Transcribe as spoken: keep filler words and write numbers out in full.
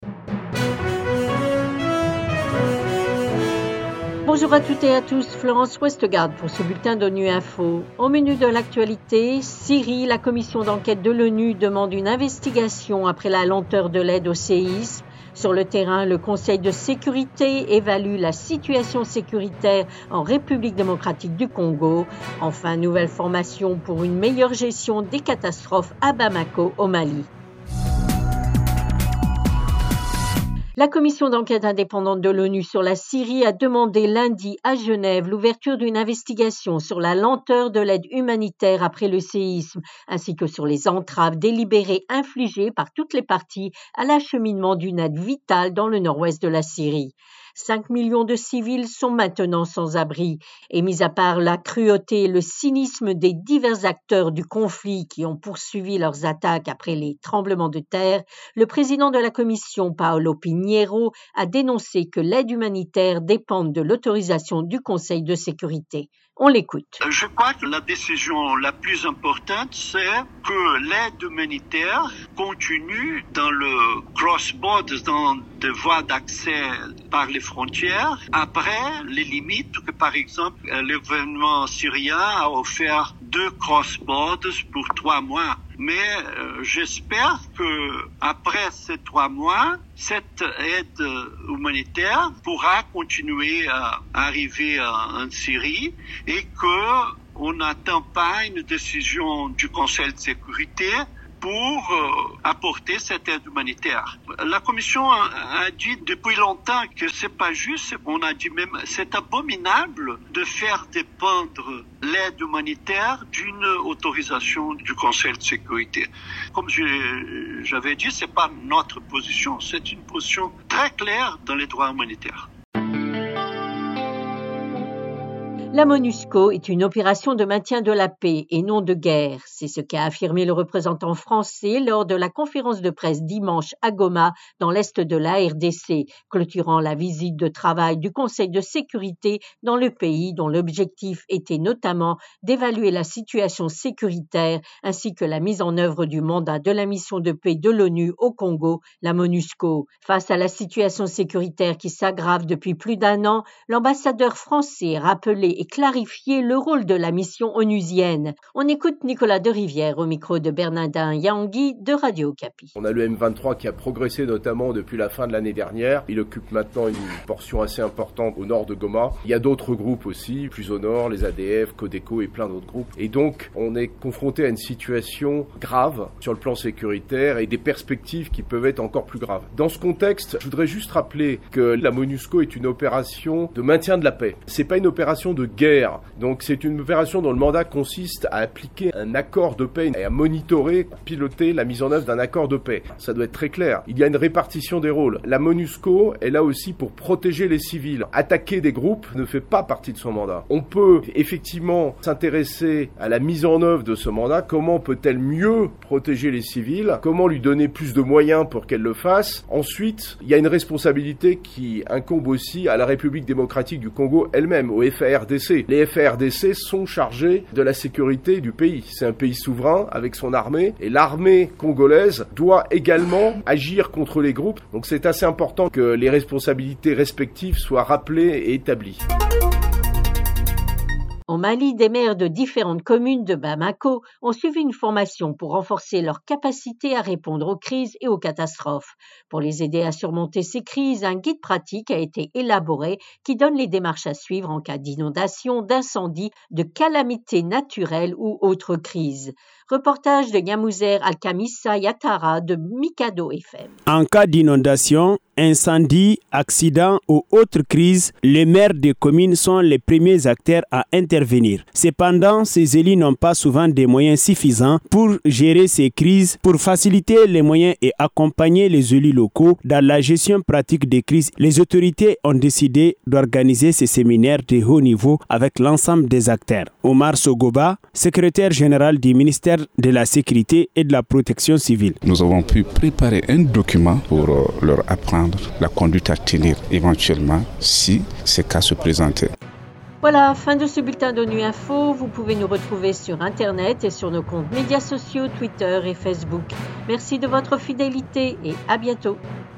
Bonjour à toutes et à tous, Florence Westgard pour ce bulletin d'ONU Info. Au menu de l'actualité, Syrie, la commission d'enquête de l'ONU demande une investigation après la lenteur de l'aide au séisme. Sur le terrain, le Conseil de sécurité évalue la situation sécuritaire en République démocratique du Congo. Enfin, nouvelle formation pour une meilleure gestion des catastrophes à Bamako, au Mali. La commission d'enquête indépendante de l'ONU sur la Syrie a demandé lundi à Genève l'ouverture d'une investigation sur la lenteur de l'aide humanitaire après le séisme, ainsi que sur les entraves délibérées infligées par toutes les parties à l'acheminement d'une aide vitale dans le nord-ouest de la Syrie. cinq millions de civils sont maintenant sans abri. Et mis à part la cruauté et le cynisme des divers acteurs du conflit qui ont poursuivi leurs attaques après les tremblements de terre, le président de la commission, Paolo Pinheiro, a dénoncé que l'aide humanitaire dépend de l'autorisation du Conseil de sécurité. On l'écoute. Je crois que la décision la plus importante, c'est que l'aide humanitaire continue dans le cross-border, dans des voies d'accès par les frontières, après les limites que, par exemple, l'événement syrien a offert deux cross-borders pour trois mois. Mais euh, j'espère que après ces trois mois, cette aide humanitaire pourra continuer à arriver en Syrie et que on n'attend pas une décision du Conseil de sécurité pour euh, apporter cette aide humanitaire. La Commission a, a dit depuis longtemps que c'est pas juste, on a dit même c'est abominable de faire dépendre l'aide humanitaire d'une autorisation du Conseil de sécurité. Comme je, j'avais dit, c'est pas notre position, c'est une position très claire dans les droits humanitaires. La MONUSCO est une opération de maintien de la paix et non de guerre. C'est ce qu'a affirmé le représentant français lors de la conférence de presse dimanche à Goma, dans l'est de la R D C, clôturant la visite de travail du Conseil de sécurité dans le pays dont l'objectif était notamment d'évaluer la situation sécuritaire ainsi que la mise en œuvre du mandat de la mission de paix de l'ONU au Congo, la MONUSCO. Face à la situation sécuritaire qui s'aggrave depuis plus d'un an, l'ambassadeur français rappelait et clarifier le rôle de la mission onusienne. On écoute Nicolas Derivière au micro de Bernardin Yangui de Radio Okapi. On a le M vingt-trois qui a progressé notamment depuis la fin de l'année dernière. Il occupe maintenant une portion assez importante au nord de Goma. Il y a d'autres groupes aussi, plus au nord, les A D F, Codeco et plein d'autres groupes. Et donc, on est confronté à une situation grave sur le plan sécuritaire et des perspectives qui peuvent être encore plus graves. Dans ce contexte, je voudrais juste rappeler que la MONUSCO est une opération de maintien de la paix. C'est pas une opération de guerre. Donc c'est une opération dont le mandat consiste à appliquer un accord de paix et à monitorer, piloter la mise en œuvre d'un accord de paix. Ça doit être très clair. Il y a une répartition des rôles. La MONUSCO est là aussi pour protéger les civils. Attaquer des groupes ne fait pas partie de son mandat. On peut effectivement s'intéresser à la mise en œuvre de ce mandat. Comment peut-elle mieux protéger les civils? Comment lui donner plus de moyens pour qu'elle le fasse? Ensuite, il y a une responsabilité qui incombe aussi à la République démocratique du Congo elle-même, au F A R D C. Les F A R D C sont chargés de la sécurité du pays. C'est un pays souverain avec son armée et l'armée congolaise doit également agir contre les groupes. Donc c'est assez important que les responsabilités respectives soient rappelées et établies. Au Mali, des maires de différentes communes de Bamako ont suivi une formation pour renforcer leur capacité à répondre aux crises et aux catastrophes. Pour les aider à surmonter ces crises, un guide pratique a été élaboré qui donne les démarches à suivre en cas d'inondation, d'incendie, de calamité naturelle ou autre crise. Reportage de Nyamouzer Alkamissa Yatara de Mikado F M. En cas d'inondation, incendie, accident ou autre crise, les maires des communes sont les premiers acteurs à intervenir. Cependant, ces élus n'ont pas souvent des moyens suffisants pour gérer ces crises. Pour faciliter les moyens et accompagner les élus locaux dans la gestion pratique des crises, les autorités ont décidé d'organiser ces séminaires de haut niveau avec l'ensemble des acteurs. Omar Sogoba, secrétaire général du ministère de la Sécurité et de la Protection civile. Nous avons pu préparer un document pour euh, leur apprendre la conduite à tenir éventuellement si ces cas se présentaient. Voilà, fin de ce bulletin d'ONU Info. Vous pouvez nous retrouver sur Internet et sur nos comptes médias sociaux, Twitter et Facebook. Merci de votre fidélité et à bientôt.